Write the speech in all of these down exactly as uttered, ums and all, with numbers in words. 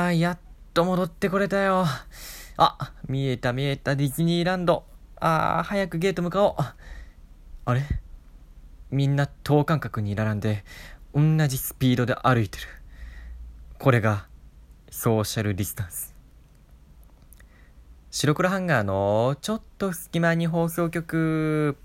あー、やっと戻ってこれたよ。あ、見えた見えたディズニーランド。あー、早くゲート向かおう。あれ、みんな等間隔に並んで、同じスピードで歩いてる。これが、ソーシャルディスタンス。白黒ハンガーのちょっと隙間に放送局。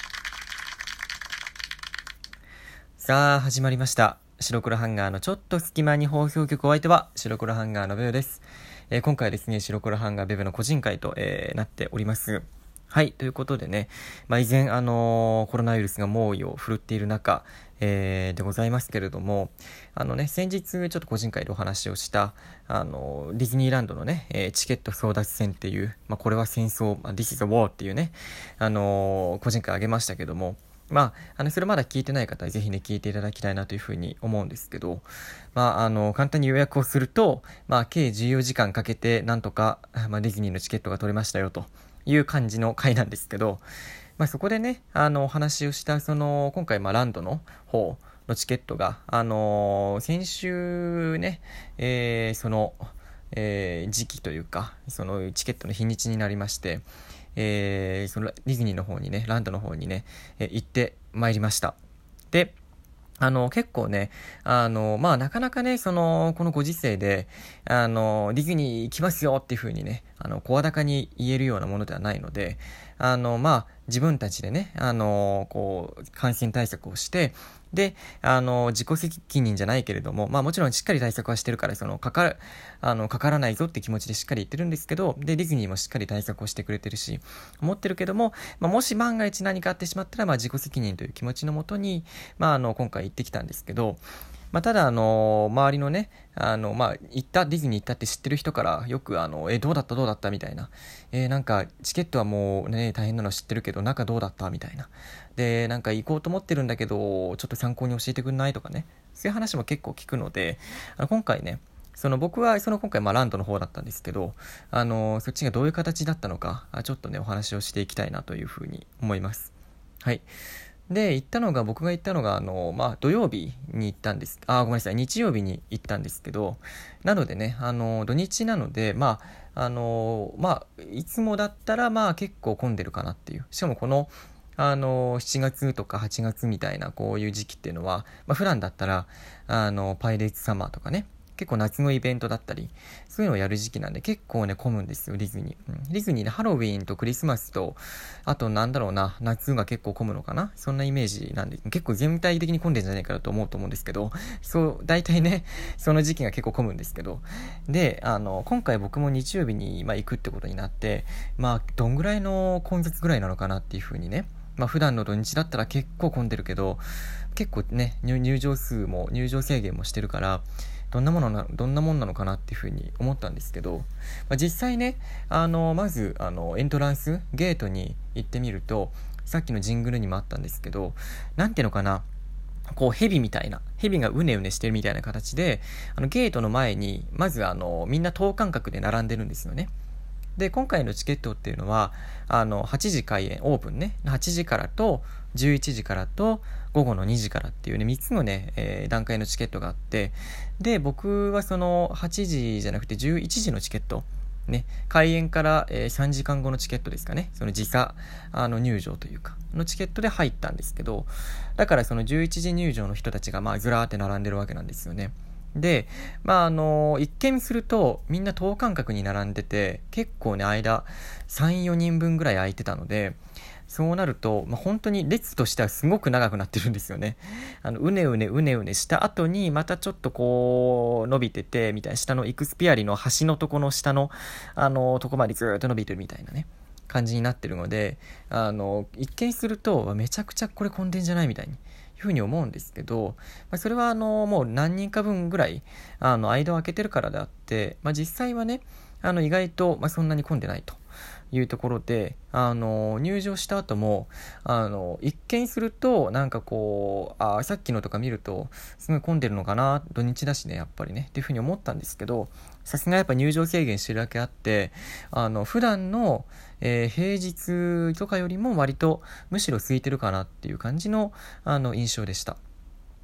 さあ、始まりました。白黒ハンガーのちょっと隙間に放送局、お相手は白黒ハンガーのベベです。えー、今回はですね、白黒ハンガーベベの個人会と、えー、なっております。はい、ということでね、まあ、以前、あのー、コロナウイルスが猛威を振るっている中、えー、でございますけれども、あのね、先日ちょっと個人会でお話をした、あのー、ディズニーランドのね、えー、チケット争奪戦っていう、まあ、これは戦争、まあ、This is a war っていうね、あのー、個人会あげましたけども、まあ、あの、それまだ聞いてない方はぜひね、聞いていただきたいなというふうに思うんですけど、まあ、あの、簡単に予約をすると、まあ、計じゅうよじかんかけて、なんとか、まあ、ディズニーのチケットが取れましたよ、という感じの回なんですけど、まあ、そこでね、あの、お話をした、その、今回、まあ、ランドの方のチケットが、あのー、先週ね、えー、その、えー、時期というか、そのチケットの日にちになりまして、えー、そのディズニーの方にね、ランドの方にね、えー、行ってまいりました。で、あの、結構ね、あの、まあ、なかなかね、その、このご時世で、あの、ディズニー行きますよっていう風にね、あの、声高に言えるようなものではないので、あの、まあ、自分たちでね、あの、こう、感染対策をして、で、あの、自己責任じゃないけれども、まあもちろんしっかり対策はしてるから、その、かかる、あの、かからないぞって気持ちでしっかり言ってるんですけど、で、ディズニーもしっかり対策をしてくれてるし、思ってるけども、まあもし万が一何かあってしまったら、まあ自己責任という気持ちのもとに、まああの、今回行ってきたんですけど、まあ、ただ、あのー、周りのね、あの、まあ、行った、ディズニー行ったって知ってる人から、よく、あの、え、どうだったどうだったみたいな。えー、なんか、チケットはもうね、大変なの知ってるけど、中どうだったみたいな。で、なんか行こうと思ってるんだけど、ちょっと参考に教えてくんないとかね。そういう話も結構聞くので、あの今回ね、その僕は、その今回、まあ、ランドの方だったんですけど、あのー、そっちがどういう形だったのか、ちょっとね、お話をしていきたいなというふうに思います。はい。で、行ったのが、僕が行ったのが、あの、まあ、土曜日に行ったんです。あ、ごめんなさい、日曜日に行ったんですけど、なのでね、あの、土日なので、まあ、あの、まあ、いつもだったら、まあ、結構混んでるかなっていう。しかもこの、あの、しちがつとかはちがつみたいな、こういう時期っていうのは、まあ、普段だったら、あの、パイレーツサマーとかね、結構夏のイベントだったり、そういうのをやる時期なんで結構ね、混むんですよ、ディズニー。うん、ディズニーでハロウィーンとクリスマスと、あとなんだろうな、夏が結構混むのかな、そんなイメージなんで、結構全体的に混んでんじゃないかなと思うと思うんですけど、そう、大体ね、その時期が結構混むんですけど、で、あの、今回僕も日曜日に、まあ、行くってことになって、まあ、どんぐらいの混雑ぐらいなのかなっていう風にね、まあ普段の土日だったら結構混んでるけど、結構ね、入場数も、入場制限もしてるから、どんなものな、どんなもんなのかなっていうふうに思ったんですけど、まあ、実際ね、あの、まず、あの、エントランス、ゲートに行ってみると、さっきのジングルにもあったんですけど、なんていうのかな、こう、蛇みたいな、蛇がうねうねしてるみたいな形で、あの、ゲートの前に、まず、あの、みんな等間隔で並んでるんですよね。で、今回のチケットっていうのは、あの、はちじ開演、オープンね、はちじからと、じゅういちじからと、午後のにじからっていうね、みっつのね、えー、段階のチケットがあって、で、僕はその、はちじじゃなくてじゅういちじのチケット、ね、開演から、えー、さんじかんごのチケットですかね、その時差、あの、入場というか、のチケットで入ったんですけど、だからそのじゅういちじ入場の人たちが、まあ、ずらーって並んでるわけなんですよね。で、まあ、あの、一見すると、みんな等間隔に並んでて、結構ね、間、さん、よにんぶんぐらい空いてたので、そうなると、まあ、本当に列としてはすごく長くなってるんですよね。あの、うねうねうねうねした後に、またちょっとこう、伸びてて、みたいな、下のイクスピアリの端のとこの下の、あの、とこまでずーっと伸びてるみたいなね、感じになってるので、あの、一見すると、めちゃくちゃこれ混んでんじゃないみたいに。いうふうに思うんですけど、まあ、それはあのもう何人か分ぐらいあの間を空けてるからであって、まあ、実際はねあの意外と、まあ、そんなに混んでないというところで、あの入場した後もあの一見するとなんかこうあさっきのとか見るとすごい混んでるのかな、土日だしねやっぱりねっていうふうに思ったんですけど、さすがやっぱ入場制限してるだけあってあの普段の、えー、平日とかよりも割とむしろ空いてるかなっていう感じのあの印象でした。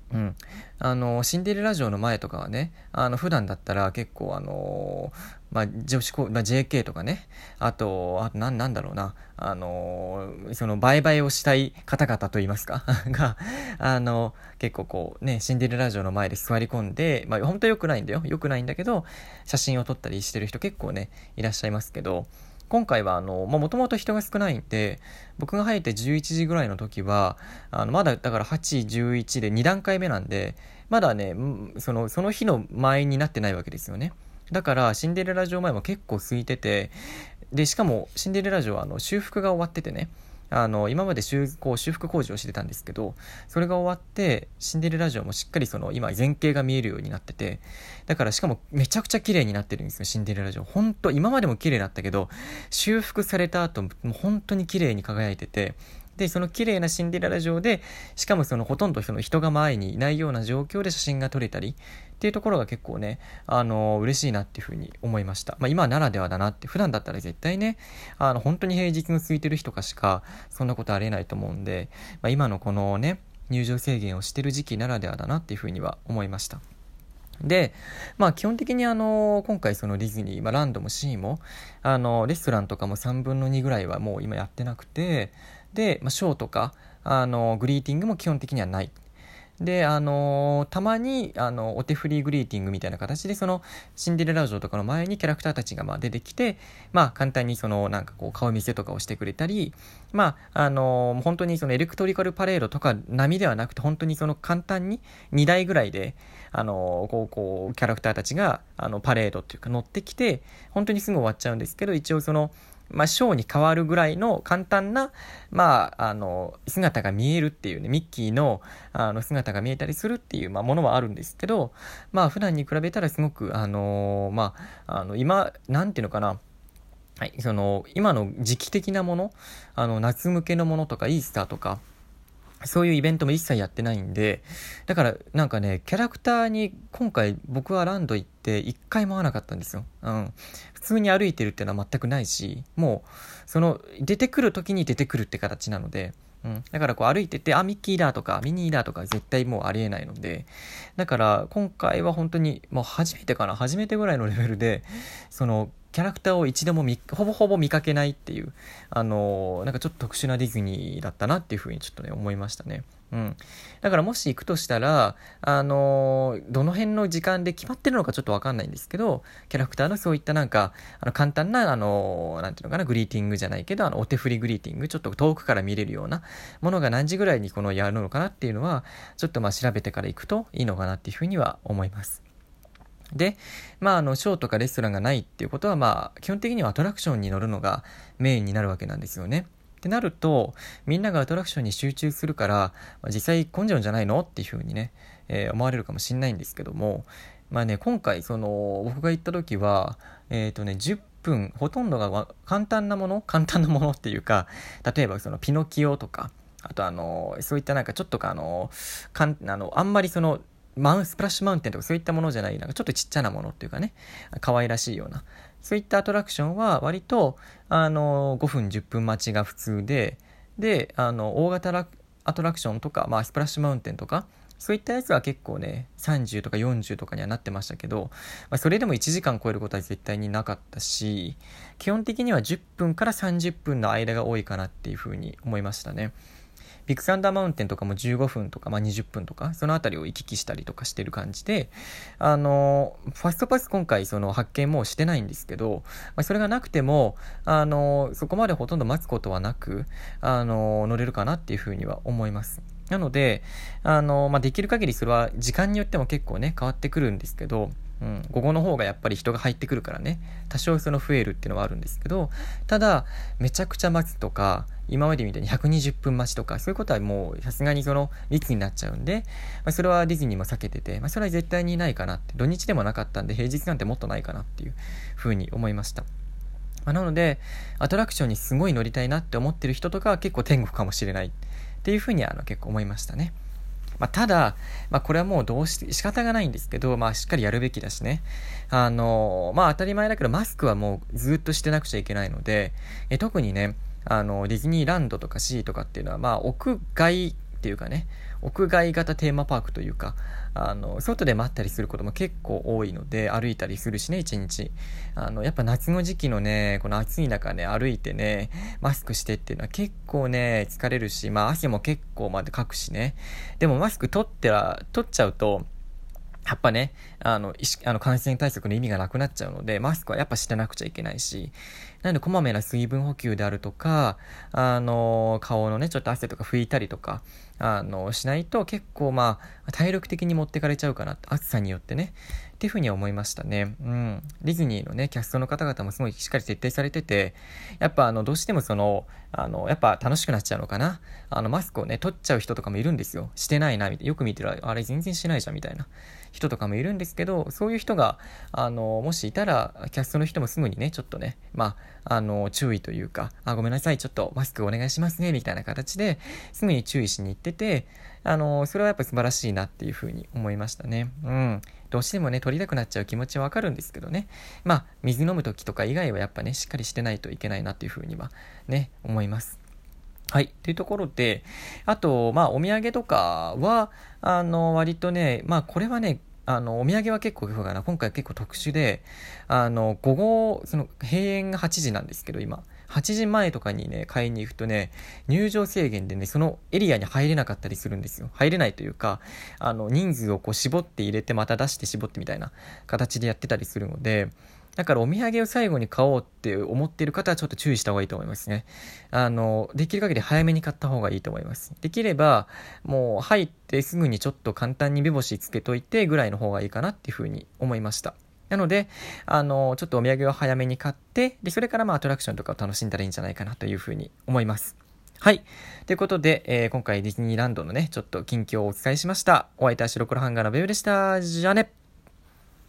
うん。あの、シンデレラ城の前とかはね、あの、普段だったら結構あのまあ、女子高、まあ、ジェーケー とかね、あと、あとなん、なんだろうな、あのその、売買をしたい方々といいますかが、あの、結構こうね、シンデレラ城の前で座り込んで、まあ、本当は良くないんだよ。良くないんだけど、写真を撮ったりしてる人結構ね、いらっしゃいますけど、今回はあの、もともと人が少ないんで、僕が入ってじゅういちじぐらいの時は、あの、まだだからはち、じゅういちでに段階目なんで、まだね、その、その日の前になってないわけですよね。だから、シンデレラ城前も結構空いてて、で、しかも、シンデレラ城はあの修復が終わっててね、あの、今まで修こう修復工事をしてたんですけど、それが終わって、シンデレラ城もしっかりその、今、前景が見えるようになってて、だからしかもめちゃくちゃ綺麗になってるんですよ、シンデレラ城。本当今までも綺麗だったけど、修復された後、もう本当に綺麗に輝いてて、で、その綺麗なシンデレラ城で、しかもそのほとんどその人が前にいないような状況で写真が撮れたりっていうところが結構ね、あの、嬉しいなっていうふうに思いました。まあ今ならではだなって、普段だったら絶対ね、あの、本当に平日の空いてる日とかしか、そんなことありえないと思うんで、まあ今のこのね、入場制限をしてる時期ならではだなっていうふうには思いました。で、まあ基本的にあの、今回そのディズニー、まあランドもシーも、あの、レストランとかもさんぶんのにぐらいはもう今やってなくて、で、まあショーとか、あの、グリーティングも基本的にはない。で、あのーたまに、あの、お手振りグリーティングみたいな形で、その、シンデレラ城とかの前にキャラクターたちがまあ出てきて、まあ、簡単にその、なんかこう、顔見せとかをしてくれたり、まあ、あのー本当にそのエレクトリカルパレードとか並みではなくて、本当にその簡単ににだいぐらいで、あのーこう、こう、キャラクターたちが、あの、パレードっていうか乗ってきて、本当にすぐ終わっちゃうんですけど、一応その、まあ、ショーに変わるぐらいの簡単な、まあ、あの、姿が見えるっていうね、ミッキーの、あの、姿が見えたりするっていう、まあ、ものはあるんですけど、まあ、普段に比べたらすごく、あのーまあ、あの、今、なんていうのかな、はい、その、今の時期的なもの、あの、夏向けのものとか、イースターとか、そういうイベントも一切やってないんで、だからなんかね、キャラクターに今回僕はランド行って一回も会わなかったんですよ。うん。普通に歩いてるっていうのは全くないし、もう、その、出てくる時に出てくるって形なので、うん。だからこう歩いてて、あ、ミッキーだとか、ミニーだとか絶対もうありえないので、だから今回は本当にもう初めてかな、初めてぐらいのレベルで、その、キャラクターを一度も見ほぼほぼ見かけないっていう、あのーなんかちょっと特殊なディズニーだったなっていうふうにちょっとね、思いましたね。うん。だからもし行くとしたら、あのーどの辺の時間で決まってるのかちょっとわかんないんですけど、キャラクターのそういったなんか、あの、簡単な、あのーなんていうのかな、グリーティングじゃないけど、あの、お手振りグリーティング、ちょっと遠くから見れるようなものが何時ぐらいにこのやるのかなっていうのは、ちょっとまあ調べてから行くといいのかなっていうふうには思います。で、まあ、あの、ショーとかレストランがないっていうことは、まあ、基本的にはアトラクションに乗るのがメインになるわけなんですよね。ってなると、みんながアトラクションに集中するから、まあ、実際混んじゃうんじゃないのっていうふうにね、えー思われるかもしれないんですけども、まあね、今回、その、僕が行った時は、えっとね、じゅっぷん、ほとんどがわ簡単なもの簡単なものっていうか、例えばその、ピノキオとか、あとあの、そういったなんかちょっとかあの、かん、あの、あんまりその、マウンスプラッシュマウンテンとかそういったものじゃない、なんかちょっとちっちゃなものっていうかね、可愛らしいような、そういったアトラクションは割と、あの、ごふん、じゅっぷん待ちが普通で、で、あの、大型ラアトラクションとか、まあ、スプラッシュマウンテンとか、そういったやつは結構ね、さんじゅうとかよんじゅうとかにはなってましたけど、まあ、それでもいちじかん超えることは絶対になかったし、基本的にはじゅっぷんからさんじゅっぷんの間が多いかなっていうふうに思いましたね。ビッグサンダーマウンテンとかもじゅうごふんとか、まあ、にじゅっぷんとか、そのあたりを行き来したりとかしてる感じで、あの、ファストパス今回その発見もしてないんですけど、まあ、それがなくても、あの、そこまでほとんど待つことはなく、あの、乗れるかなっていうふうには思います。なので、あの、まあ、できる限りそれは時間によっても結構ね、変わってくるんですけど、うん、午後の方がやっぱり人が入ってくるからね、多少その増えるっていうのはあるんですけど、ただ、めちゃくちゃ待つとか、今までみたいにひゃくにじゅっぷん待ちとか、そういうことはもうさすがにその密になっちゃうんで、まあ、それはディズニーも避けてて、まあ、それは絶対にないかなって、土日でもなかったんで、平日なんてもっとないかなっていうふうに思いました。まあ、なので、アトラクションにすごい乗りたいなって思ってる人とかは結構天国かもしれないっていうふうにあの結構思いましたね。まあ、ただ、まあ、これはもうどうし、仕方がないんですけど、まあ、しっかりやるべきだしね。あの、まあ、当たり前だけど、マスクはもうずっとしてなくちゃいけないので、え特にね、あの、ディズニーランドとかシーとかっていうのは、まあ、屋外っていうかね、 屋外型テーマパークというか、あの外で待ったりすることも結構多いので、歩いたりするしね、一日。あのやっぱ夏の時期のね、この暑い中ね、歩いてね、マスクしてっていうのは結構ね、疲れるし、まあ汗も結構までかくしね。でもマスク取ってら、取っちゃうと、やっぱね、あの、意識あの感染対策の意味がなくなっちゃうので、マスクはやっぱしてなくちゃいけないし、なのでこまめな水分補給であるとか、あの、顔のね、ちょっと汗とか拭いたりとか、あの、しないと結構まあ、体力的に持ってかれちゃうかな、暑さによってね、っていうふうには思いましたね。うん。ディズニーのね、キャストの方々もすごいしっかり徹底されてて、やっぱあの、どうしてもその、あの、やっぱ楽しくなっちゃうのかな。あの、マスクをね、取っちゃう人とかもいるんですよ。してないな、みたいな。よく見てる、あれ全然してないじゃん、みたいな人とかもいるんですけど、そういう人が、あの、もしいたら、キャストの人もすぐにね、ちょっとね、まあ、あの、注意というか、あ、ごめんなさい、ちょっとマスクお願いしますね、みたいな形で、すぐに注意しに行ってて、あの、それはやっぱ素晴らしいなっていうふうに思いましたね。うん。どうしてもね、取りたくなっちゃう気持ちはわかるんですけどね。まあ、水飲むときとか以外はやっぱね、しっかりしてないといけないなっていうふうにはね、思います。はい。というところで、あと、まあ、お土産とかは、あの、割とね、まあ、これはね、あの、お土産は結構、かな、今回結構特殊で、あの、午後、その、閉園がはちじなんですけど、今。はちじまえとかにね、買いに行くとね、入場制限でね、そのエリアに入れなかったりするんですよ。入れないというか、あの、人数をこう絞って入れて、また出して絞ってみたいな形でやってたりするので、だからお土産を最後に買おうって思っている方はちょっと注意した方がいいと思いますね。あの、できる限り早めに買った方がいいと思います。できれば、もう入ってすぐにちょっと簡単に目星つけといてぐらいの方がいいかなっていうふうに思いました。なので、あの、ちょっとお土産を早めに買って、で、それからまあアトラクションとかを楽しんだらいいんじゃないかなというふうに思います。はい。ということで、えー、今回ディズニーランドのね、ちょっと近況をお伝えしました。お相手は白黒ハンガーのベブでした。じゃあね。